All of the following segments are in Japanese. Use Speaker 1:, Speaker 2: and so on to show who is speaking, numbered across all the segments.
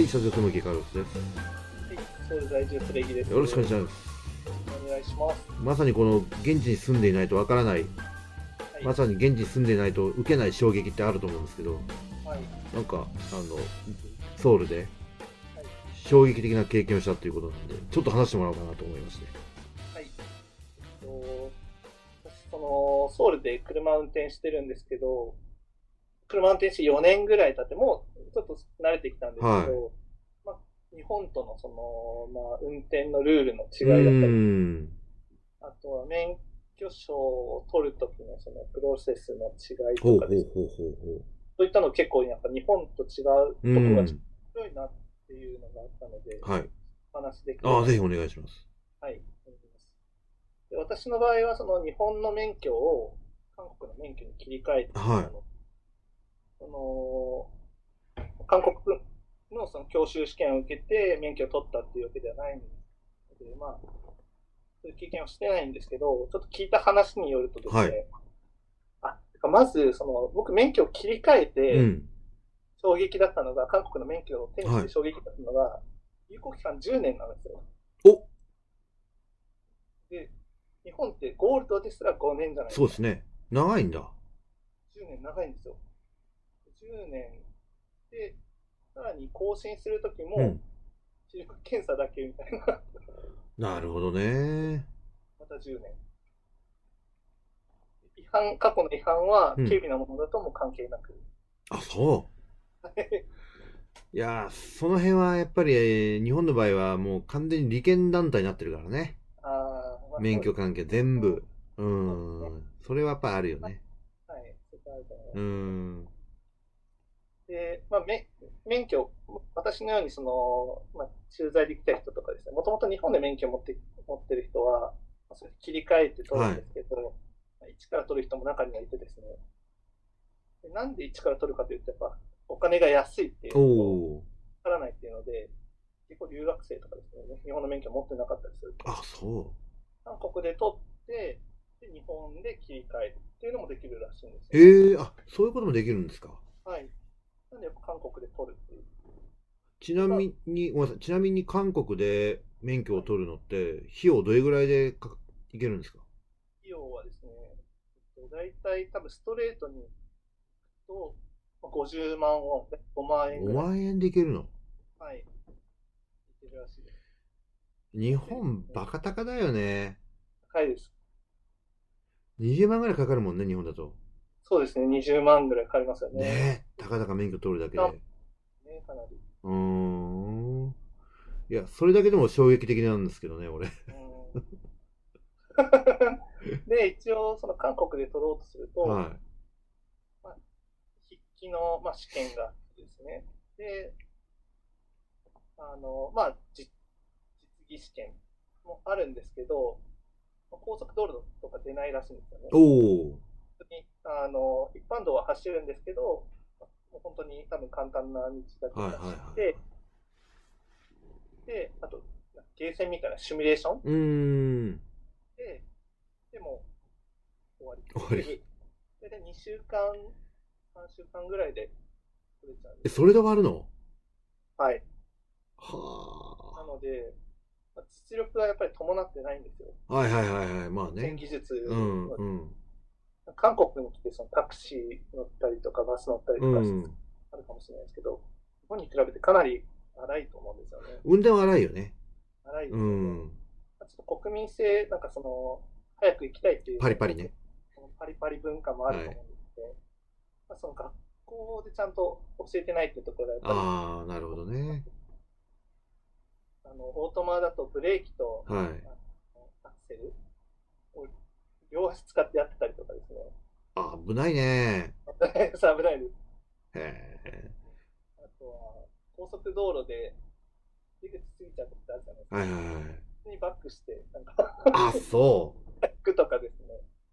Speaker 1: い、社長との木カルロスです。
Speaker 2: はい、ソウル在住、プレギです。
Speaker 1: よろしくお願いします。
Speaker 2: お願いします。
Speaker 1: まさにこの現地に住んでいないとわからない、
Speaker 2: はい、
Speaker 1: まさに現地に住んでいないと受けない衝撃ってあると思うんですけど、
Speaker 2: はい、
Speaker 1: なんかソウルで
Speaker 2: はい、
Speaker 1: 衝撃的な経験をしたということなんで、ちょっと話してもらおうかなと思いまして。
Speaker 2: はい。私、ソウルで車運転してるんですけど、車運転して4年ぐらい経って、もうちょっと慣れてきたんですけ
Speaker 1: は
Speaker 2: ど、まあ、日本との運転のルールの
Speaker 1: い。う
Speaker 2: 違いだったり、
Speaker 1: ーん。
Speaker 2: あとは免許証を取るときのそのプロセスの違い
Speaker 1: ほうほう
Speaker 2: とかですね。
Speaker 1: ほうほうほ
Speaker 2: そういったの結構なんか日本と違う
Speaker 1: う。う
Speaker 2: ところが
Speaker 1: ん。
Speaker 2: 強いなっていうのがあったので、
Speaker 1: はい。
Speaker 2: お話できれ
Speaker 1: ああ、
Speaker 2: ばな。
Speaker 1: ぜひお願いします。
Speaker 2: はい、思います。で、私の場合は、その日本の免許を韓国の免許に切り替え
Speaker 1: はい。
Speaker 2: たの。そ韓国のその教習試験を受けて免許を取ったっていうわけではないので、まあ、そういう経験はしてないんですけど、ちょっと聞いた話によるとです
Speaker 1: はい。
Speaker 2: ね、まず、僕免許を切り替えて
Speaker 1: うん。
Speaker 2: 衝撃だったのが、韓国の免許を手にし
Speaker 1: はい。
Speaker 2: て衝撃だったのが、有効期間10年なんですよ。
Speaker 1: お、
Speaker 2: で、日本ってゴールドですら5年じゃないですか。
Speaker 1: そうですね。長いんだ。
Speaker 2: 10年長いんですよ。10年で、さらに更新するときも、
Speaker 1: うん。
Speaker 2: 視力検査だけみたいな。
Speaker 1: なるほどね。
Speaker 2: また10年。過去の違反は
Speaker 1: うん。
Speaker 2: 軽微なものだとも関係なく。
Speaker 1: あ、そう。いやー、その辺はやっぱり、日本の場合はもう完全に利権団体になってるからね。
Speaker 2: まあそ
Speaker 1: 免
Speaker 2: うですね。
Speaker 1: 許関係全部。う
Speaker 2: そうですね。
Speaker 1: ーん。それはやっぱあるよね。
Speaker 2: はい。そこあると思いま
Speaker 1: うー
Speaker 2: す。
Speaker 1: ん。
Speaker 2: で、免許、私のように駐在できた人とかですね、もともと日本で免許を持ってる人は、それ切り替えて取るん
Speaker 1: はい。
Speaker 2: ですけど、一から取る人も中にはいてですね、でなんで一から取るかというと、やっぱお金が安いっていう
Speaker 1: お
Speaker 2: のと、
Speaker 1: お。
Speaker 2: かからないっていうので、結構留学生とかですね、日本の免許を持ってなかったりすると、
Speaker 1: あ、そ
Speaker 2: 韓国で取って、で日本で切り替えるっていうのもできるらしいんです
Speaker 1: う。
Speaker 2: よね。
Speaker 1: へえ、あ、そういうこともできるんですか。
Speaker 2: はい。なんでやっぱ韓国で取るっていう。
Speaker 1: ちな
Speaker 2: が、
Speaker 1: みに、ごめんなさい。ちなみに韓国で免許を
Speaker 2: はい、
Speaker 1: 取るのって、費用どれぐらいでいけるんですか？
Speaker 2: 費用はですね、大体多分ストレートにと50万ウォンで5万円ぐらい。
Speaker 1: 5万円でいけるの？
Speaker 2: はい。いけるらしいです。
Speaker 1: 日
Speaker 2: で、
Speaker 1: 本バカ高だよね。
Speaker 2: 高いです。
Speaker 1: 20万ぐらいかかるもんね、日本だと。
Speaker 2: そうですね、20万ぐらいかかりますよね。
Speaker 1: ねえ、たかだか免許取るだけ
Speaker 2: あ
Speaker 1: で。
Speaker 2: ね、かなり。
Speaker 1: うーん。いや、それだけでも衝撃的なんですけどね、俺。
Speaker 2: うん。で、一応、その韓国で取ろうとすると、
Speaker 1: は
Speaker 2: まあ、筆記の、試験があってですね。で、実技試験もあるんですけど、高速道路とか出ないらしいんですよね。
Speaker 1: い。おお。
Speaker 2: 本当に一般道は走るんですけど、もう本当に多分簡単な道だけ
Speaker 1: はいはい
Speaker 2: 走
Speaker 1: は
Speaker 2: って、で、あと、ゲーセンみたいなシミュレーション
Speaker 1: い。うーん。
Speaker 2: で、でも終わり
Speaker 1: 終わり。
Speaker 2: っていう。で、2週間、3週間ぐらいで取れちゃうんで
Speaker 1: え、
Speaker 2: すよ。
Speaker 1: それで終わるの？
Speaker 2: はい。な
Speaker 1: は
Speaker 2: ので、実力がやっぱり伴ってないんですよ。
Speaker 1: あ。はいはいはいはい。まあ
Speaker 2: 運転
Speaker 1: ね。
Speaker 2: 技術
Speaker 1: うん
Speaker 2: の。
Speaker 1: うん。
Speaker 2: 韓国に来てそのタクシー乗ったりとかバス乗ったり
Speaker 1: う
Speaker 2: とか
Speaker 1: ん。
Speaker 2: あるかもしれないですけど、日本に比べてかなり荒いと思うんですよね。
Speaker 1: 運転は荒いよね。
Speaker 2: 荒いで
Speaker 1: う
Speaker 2: すよね。
Speaker 1: ん。
Speaker 2: ちょっと国民性、早く行きたいっていう、
Speaker 1: パリパリね。
Speaker 2: パリパリ文化もある
Speaker 1: はい。
Speaker 2: と思うんですけど、その学校でちゃんと教えてないっていうところがやっぱり、
Speaker 1: ああ、なるほどね。
Speaker 2: オートマだとブレーキと
Speaker 1: はい。
Speaker 2: アクセルを両足使ってやってたりとかですね。
Speaker 1: あ、危ないね。
Speaker 2: 危ないです。
Speaker 1: へえ。
Speaker 2: あとは、高速道路で出口過ぎちゃうことってあるじゃないですか。
Speaker 1: はいはいはい。
Speaker 2: 普通にバックして、
Speaker 1: あ、そう。
Speaker 2: バックとかですね。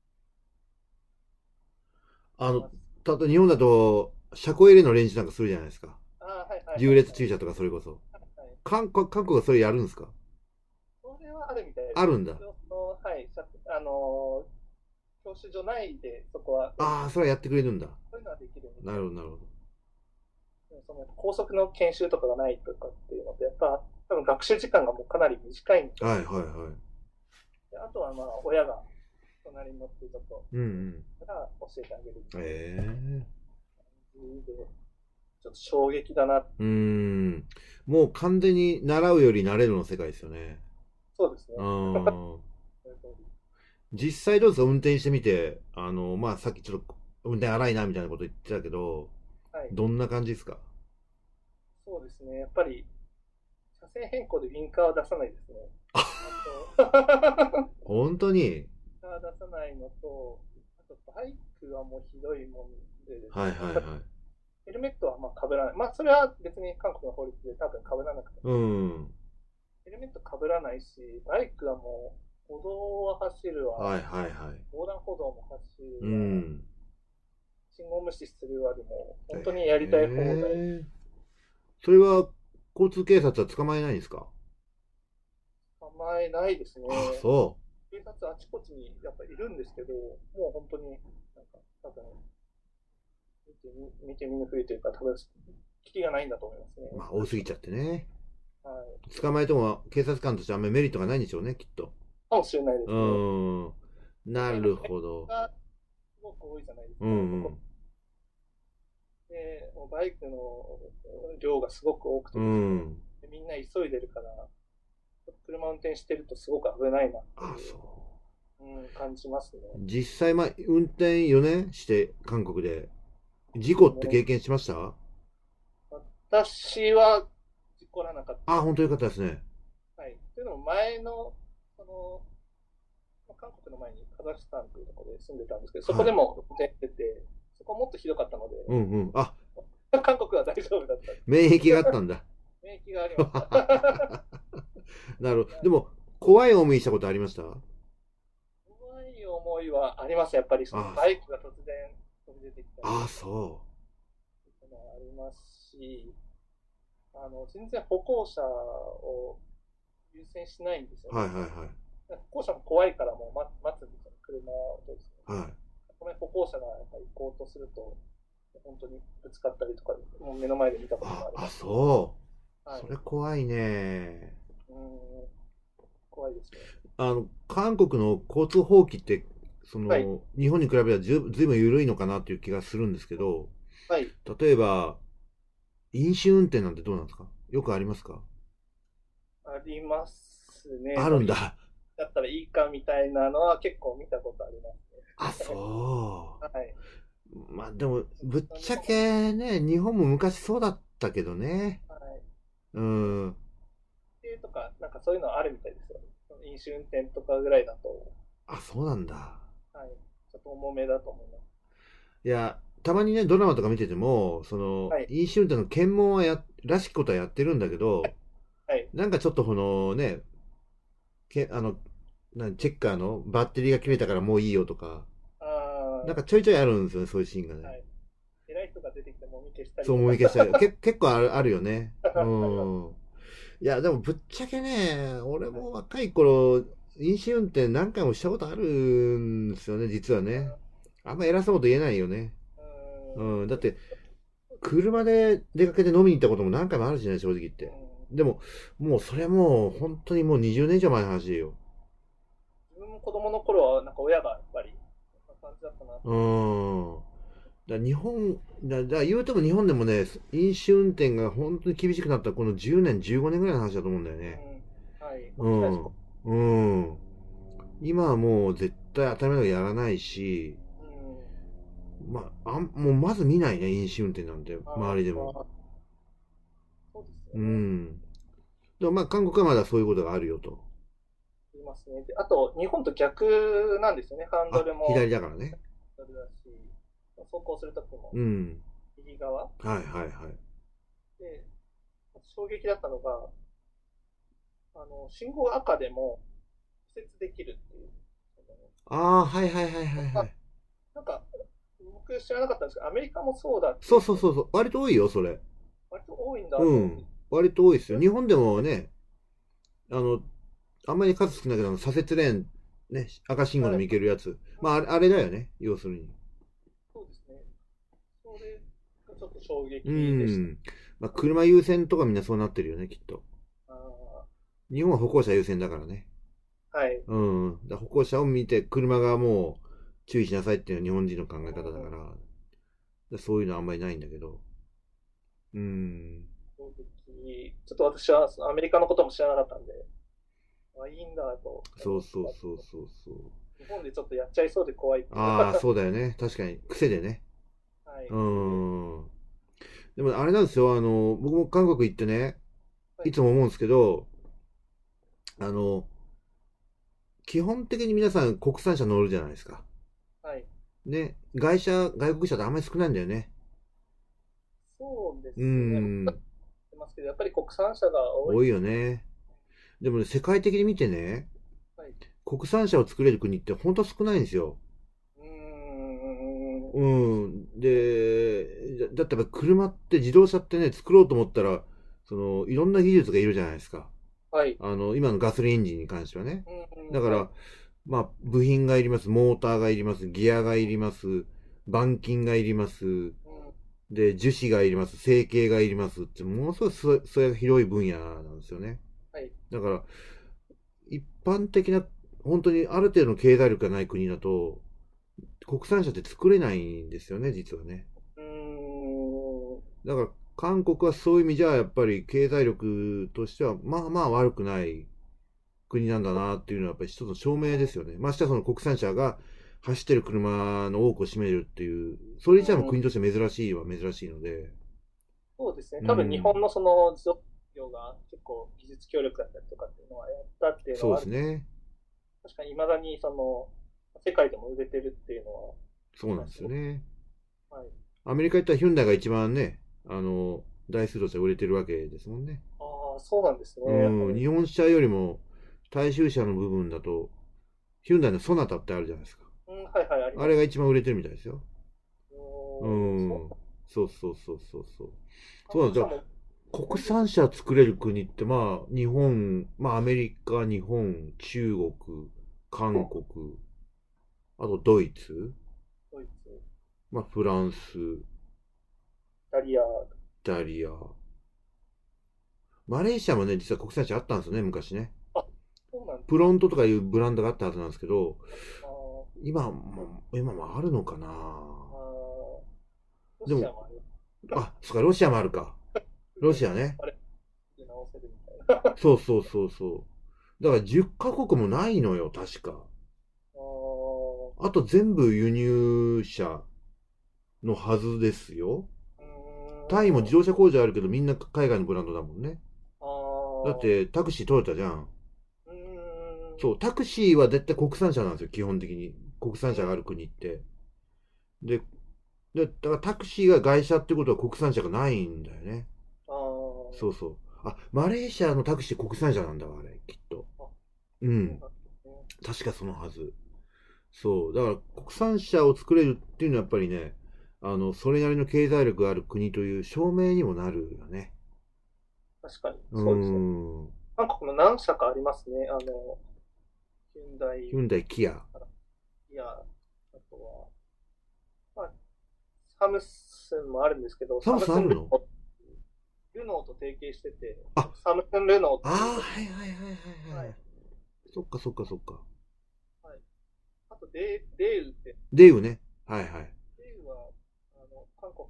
Speaker 1: あの、
Speaker 2: ま
Speaker 1: 日本だと、車庫入れの練習なんかするじゃないですか。
Speaker 2: はいはいはい
Speaker 1: 縦
Speaker 2: はい。
Speaker 1: 列駐車とかそれこそ。
Speaker 2: はい、
Speaker 1: 韓国はそれやるんですか？
Speaker 2: それはあるみたいです。
Speaker 1: あるんだ。
Speaker 2: 一応はい、教習所内でそこは練
Speaker 1: ああ、
Speaker 2: 習、
Speaker 1: それはやってくれるんだ。
Speaker 2: そういうのはできるみたいです。
Speaker 1: なるほど、なるほど。
Speaker 2: その高速の研修とかがないとかっていうので、やっぱ多分学習時間がもうかなり短いんですよ。
Speaker 1: はいはいはい。
Speaker 2: であとはまあ親が隣に乗ってちょっと
Speaker 1: うんうん。
Speaker 2: から教えてあげるっていう
Speaker 1: ええ。
Speaker 2: 感じで、ちょっと衝撃だな。
Speaker 1: うーん。もう完全に習うより慣れるの世界ですよね。
Speaker 2: そうですね。
Speaker 1: うーん。
Speaker 2: その通り。
Speaker 1: 実際どうですか運転してみて、まあ、さっきちょっと運転荒いなみたいなこと言ってたけど、
Speaker 2: はい。
Speaker 1: どんな感じですか？
Speaker 2: そうですね。やっぱり車線変更でウィンカーは出さないですね。あと、
Speaker 1: 本当に？
Speaker 2: ウィンカー出さないのと、あとバイクはもうひどいもんでですね、
Speaker 1: はいはいはい。
Speaker 2: ヘルメットはまあ被らない。まあそれは別に韓国の法律で多分被らなくても
Speaker 1: うん。
Speaker 2: ヘルメット被らないし、バイクはもう歩道は走るわ、
Speaker 1: はいはいはい。
Speaker 2: 横断歩道も走
Speaker 1: う
Speaker 2: るわ、
Speaker 1: ん。
Speaker 2: 信号無視するわでも、本当にやりたい放題。
Speaker 1: ええ。それは、交通警察は捕まえないんですか？
Speaker 2: 構えないです
Speaker 1: ああ、
Speaker 2: ね。
Speaker 1: そ
Speaker 2: 警察あちこちにやっぱいるんですけど、もう本当に、なんか、多分、見て見ぬふりというか、多分、キリがないんだと思いますね。
Speaker 1: う。まあ、多すぎちゃってね。
Speaker 2: はい。
Speaker 1: 捕まえても警察官としてあんまりメリットがないんでしょうね、きっと。
Speaker 2: かもしれないで
Speaker 1: う
Speaker 2: すね。
Speaker 1: ーん。な
Speaker 2: で、
Speaker 1: るほど。
Speaker 2: がすごく多いじゃないです
Speaker 1: う
Speaker 2: か。
Speaker 1: んうん。
Speaker 2: で、もうバイクの量がすごく多くて
Speaker 1: う
Speaker 2: ですね、
Speaker 1: ん。
Speaker 2: でみんな急いでるから、車運転してるとすごく危ないなって
Speaker 1: あ、
Speaker 2: いう、
Speaker 1: そ
Speaker 2: うん、感じますね。
Speaker 1: う。実際、まあ、運転4年して韓国で、事故って
Speaker 2: ね、
Speaker 1: 経験しました？
Speaker 2: 私は事故らなかった
Speaker 1: あ、
Speaker 2: ですね。
Speaker 1: 本当によかったですね。
Speaker 2: はい。というのも前の、その、韓国の前にカザフスタンというところで住んでたんですけど、そこ
Speaker 1: はい。
Speaker 2: でも運転してて、そこもっとひどかったので、
Speaker 1: うんうん。あ、
Speaker 2: 韓国は大丈夫だった。
Speaker 1: 免疫があったんだ。
Speaker 2: 免疫がありました。
Speaker 1: なるほど。でも、怖い思いしたことありました？
Speaker 2: 怖い思いはあります、やっぱりその
Speaker 1: ああ、そう。
Speaker 2: バイクが突然飛び出てきたり
Speaker 1: ああ、
Speaker 2: とか、
Speaker 1: そ
Speaker 2: いうのはありますし、全然歩行者を優先しないんですよ
Speaker 1: う。
Speaker 2: ね。
Speaker 1: はいはいはい。
Speaker 2: 歩行者も怖いからもう待つんですよ、車を通す。
Speaker 1: はい。
Speaker 2: この歩行者がやっぱ行こうとすると、本当にぶつかったりとか、もう目の前で見たこともあります。
Speaker 1: そう。
Speaker 2: はい。
Speaker 1: それ怖いね。
Speaker 2: うん、怖いですね。
Speaker 1: 韓国の交通法規って、
Speaker 2: はい。
Speaker 1: 日本に比べたらずいぶん緩いのかなっていう気がするんですけど、
Speaker 2: はい。
Speaker 1: 例えば、飲酒運転なんてどうなんですか？よくありますか？
Speaker 2: ありますね。
Speaker 1: あるんだ。
Speaker 2: だったらいいかみたいなのは結構見たことあり
Speaker 1: あ、
Speaker 2: ますね。
Speaker 1: そ
Speaker 2: はい。
Speaker 1: う。まあでも、ぶっちゃ
Speaker 2: 日本、
Speaker 1: けね、日本も昔そうだったけどね。
Speaker 2: はい。
Speaker 1: うん。
Speaker 2: とか、なんかそういうのあるみたいですよ。飲酒運転とかぐらいだと、
Speaker 1: あ、そうなんだ。
Speaker 2: はい。ちょっと重めだと思います。
Speaker 1: いや、たまにね、ドラマとか見てても、
Speaker 2: はい。
Speaker 1: 飲酒運転の検問はらしきことはやってるんだけど、
Speaker 2: はい。
Speaker 1: なんかちょっとこのね、け、あの、チェッカーのバッテリーが切れたからもういいよとか、
Speaker 2: あ
Speaker 1: なんかちょいちょいあるんですよね、そういうシーンが
Speaker 2: あ、
Speaker 1: ね。
Speaker 2: はい。偉い人が出てきてもみ消したり
Speaker 1: そう
Speaker 2: とか。
Speaker 1: 思い消したり、結構あるよね。う
Speaker 2: あります。
Speaker 1: ん。いや、でもぶっちゃけね、俺
Speaker 2: はい。
Speaker 1: も若い頃、飲酒運転何回もしたことあるんですよね、実はね。あんま偉そうなこと言えないよね。うん。だって、車で出かけて飲みに行ったことも何回もあるしね、正直言って。でも、もうそれもう本当にもう20年以上前の話でよ。
Speaker 2: 自分も子供の頃は、なんか親がやっぱり、そんな感じだったなっ
Speaker 1: う
Speaker 2: ていう。
Speaker 1: ん。日本、言うても日本でもね、飲酒運転が本当に厳しくなったこの10年、15年ぐらいの話だと思うんだよね。
Speaker 2: うん。はい。もっ
Speaker 1: う
Speaker 2: と早いですか？
Speaker 1: ん。うん。今はもう絶対当たり前だけどやらないし、
Speaker 2: うん。
Speaker 1: もうまず見ないね、飲酒運転なんて、
Speaker 2: あ
Speaker 1: 周りでも。
Speaker 2: あ、そうですよ
Speaker 1: う
Speaker 2: ね。
Speaker 1: ん。でもまあ韓国はまだそういうことがあるよと。
Speaker 2: 言いますね。で、あと、日本と逆なんですよね。ハンド
Speaker 1: あ、
Speaker 2: ルも、
Speaker 1: 左だからね。
Speaker 2: ハンドルだし、走行するときも、
Speaker 1: うん。
Speaker 2: 右側
Speaker 1: はいはいはい。
Speaker 2: で、衝撃だったのが、信号が赤でも右折できるっていう。
Speaker 1: ああ、はいはいはいはいは
Speaker 2: あ、
Speaker 1: い。
Speaker 2: なんか、僕知らなかったんですけど、アメリカもそうだって
Speaker 1: そ
Speaker 2: いうふうに、
Speaker 1: うそうそうそう。割と多いよ、それ。
Speaker 2: 割と多いんだと思って、
Speaker 1: うん。割と多いですよ。日本でもね、あの、あんまり数少ないけど、左折レーン、ね、赤信号で
Speaker 2: はい、
Speaker 1: も行けるやつ。まあ、あれだよね。要するに。
Speaker 2: そうですね。それがちちょっと衝撃
Speaker 1: う
Speaker 2: でした。
Speaker 1: ん。まあ、車優先とかみんなそうなってるよね、きっと。
Speaker 2: あ
Speaker 1: 日本は歩行者優先だからね。
Speaker 2: はい。
Speaker 1: うん。だから歩行者を見て、車がもう注意しなさいっていうのは日本人の考え方だから、そういうのはあんまりないんだけど。うん。
Speaker 2: 衝撃。ちょっと私はアメリカのことも知らなかったんで、あ、いいんだと
Speaker 1: そう
Speaker 2: 思っ
Speaker 1: そうそう
Speaker 2: た。
Speaker 1: そうそう。
Speaker 2: 日本でちょっとやっちゃいそうで怖いっていうの
Speaker 1: ああ、
Speaker 2: は、
Speaker 1: そうだよね。確かに。癖でね。
Speaker 2: はい。
Speaker 1: う
Speaker 2: それで、
Speaker 1: ん。でもあれなんですよ。僕も韓国行ってね、
Speaker 2: はい。
Speaker 1: いつも思うんですけど、あの、基本的に皆さん国産車乗るじゃないですか。
Speaker 2: はい。
Speaker 1: ね。外国車ってあんまり少ないんだよね。
Speaker 2: そうで
Speaker 1: う
Speaker 2: すね。
Speaker 1: ん。
Speaker 2: てますけど、やっぱり国産車が多い
Speaker 1: 多い
Speaker 2: ですね。
Speaker 1: よね。でもね、世界的に見てね、
Speaker 2: はい。
Speaker 1: 国産車を作れる国って本当少ないんですよ。
Speaker 2: うーん。
Speaker 1: うん。で、だってやっぱ車って自動車ってね、作ろうと思ったら、いろんな技術がいるじゃないですか。
Speaker 2: はい。
Speaker 1: 今のガソリンエンジンに関してはね。だから、
Speaker 2: はい。
Speaker 1: まあ、部品がいります、モーターがいります、ギアがいります、板金がいります、で、樹脂がいります、成形がいりますって、ものすごいそれが広い分野なんですよね。
Speaker 2: はい。
Speaker 1: だから、一般的な、本当にある程度の経済力がない国だと、国産車って作れないんですよね、実はね。
Speaker 2: うーん。
Speaker 1: だから、韓国はそういう意味じゃ、やっぱり経済力としては、まあまあ悪くない国なんだなっていうのは、やっぱり一つの証明ですよね。ましてやその国産車が走ってる車の多くを占めるっていう、それ自体も国として珍しいは珍しいので、
Speaker 2: そうですね。
Speaker 1: う
Speaker 2: 多分日本
Speaker 1: ん、
Speaker 2: のその自動車業が結構技術協力だったりとかっていうのはやったっていうの
Speaker 1: そう
Speaker 2: はある。
Speaker 1: ですね。
Speaker 2: 確かに未だにその世界でも売れてるっていうのは、
Speaker 1: そうなんで
Speaker 2: まあすごく、
Speaker 1: すよね。
Speaker 2: はい。
Speaker 1: アメリカ行ったらヒュンダイが一番ね、台数として売れてるわけですもんね。
Speaker 2: ああ、そうなんですね。
Speaker 1: うん、
Speaker 2: はい。
Speaker 1: 日本車よりも大衆車の部分だと、ヒュンダイのソナタってあるじゃないですか。
Speaker 2: うん、はいはい、あり
Speaker 1: あれが
Speaker 2: ます。
Speaker 1: 一番売れてるみたいですよ。う
Speaker 2: そ
Speaker 1: ん。
Speaker 2: う。
Speaker 1: そうそうそうそうそう。そうなんですよ。
Speaker 2: 韓国車も多
Speaker 1: 国
Speaker 2: いですね。
Speaker 1: 産車作れる国って、まあ、日本、まあ、アメリカ、日本、中国、韓国、あとドイツ、
Speaker 2: ドイツ、イ
Speaker 1: まあ、フランス、イ
Speaker 2: タリア。
Speaker 1: タリア、マレーシアもね、実は国産車あったんですよね、昔ね。
Speaker 2: あ、そうなんです
Speaker 1: プロントとかいうブランドがあったはずなんですけど、
Speaker 2: か。
Speaker 1: 今もあるのかな。
Speaker 2: ロ
Speaker 1: でも、
Speaker 2: シアもあります。
Speaker 1: そっか、ロシアもあるか。
Speaker 2: すぐ、
Speaker 1: ロシアね。
Speaker 2: あれ、直せるみたいな。
Speaker 1: そうそうそうそう。だから10カ国もないのよ、確か。あと全部輸入車のはずですよ。タイも自動車工場あるけどみんな海外のブランドだもんね。だってタクシートヨタじゃん。そう、タクシーは絶対国産車なんですよ、基本的に。国産車がある国って。で、だからタクシーが外車ってことは国産車がないんだよね。そうそう。マレーシアのタクシー国産車なんだわ、あれ、きっと。うん。確かそのはず。そう。だから国産車を作れるっていうのはやっぱりね、それなりの経済力がある国という証明にもなるよね。
Speaker 2: 確かに、
Speaker 1: う
Speaker 2: そうですね。
Speaker 1: ーん。
Speaker 2: 韓国も何社かありますね。ヒュンダイ、
Speaker 1: ヒュンダイ、キア。
Speaker 2: いや、あとは、まあ、サムスンもあるんですけど、
Speaker 1: サム
Speaker 2: サムスン
Speaker 1: スンあるの？
Speaker 2: ルノーと提携してて、
Speaker 1: あ、
Speaker 2: サムスンルノーっていう
Speaker 1: はいはいはいはいはい。
Speaker 2: はい。
Speaker 1: そっかそっかそっか。
Speaker 2: はい。あとデウって、
Speaker 1: デイウね。はいはい。
Speaker 2: デウは、韓国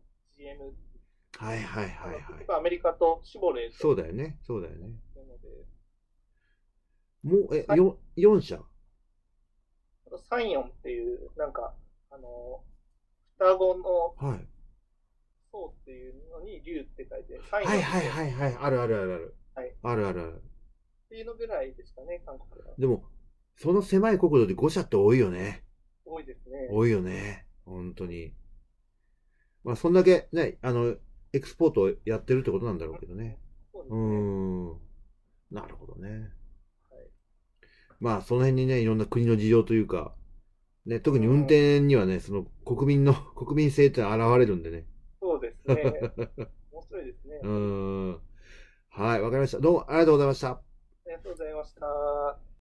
Speaker 2: GM、
Speaker 1: はいはいはいはい。
Speaker 2: 結局アメリカとシボレーと、
Speaker 1: そうだよね。そうだよね。
Speaker 2: なので、
Speaker 1: もう、
Speaker 2: サイ
Speaker 1: 4社。
Speaker 2: あとサイヨンっていう、なんか、双子の
Speaker 1: はい。
Speaker 2: 層っていうのに竜って書いて、サイ
Speaker 1: はいはい
Speaker 2: ヨンって、
Speaker 1: はいはい。あるあるあるある。
Speaker 2: はい。っ
Speaker 1: あるあるある。
Speaker 2: ていうのぐらいですかね、韓国は。
Speaker 1: でも、その狭い国土で5社って多いよね。
Speaker 2: 多いですね。
Speaker 1: 多いよね。本当に。まあ、そんだけね、エクスポートをやってるってことなんだろうけどね。うー
Speaker 2: そうですね。
Speaker 1: ん。なるほどね。
Speaker 2: はい。
Speaker 1: まあ、その辺にね、いろんな国の事情というか、ね、特に運
Speaker 2: うん、
Speaker 1: 転にはね、その国民の、国民性って現れるんでね。
Speaker 2: そうですね。面白いですね、
Speaker 1: う
Speaker 2: 本当に。
Speaker 1: ーん。はい、わかりました。どうもありがとうございました。
Speaker 2: ありがとうございました。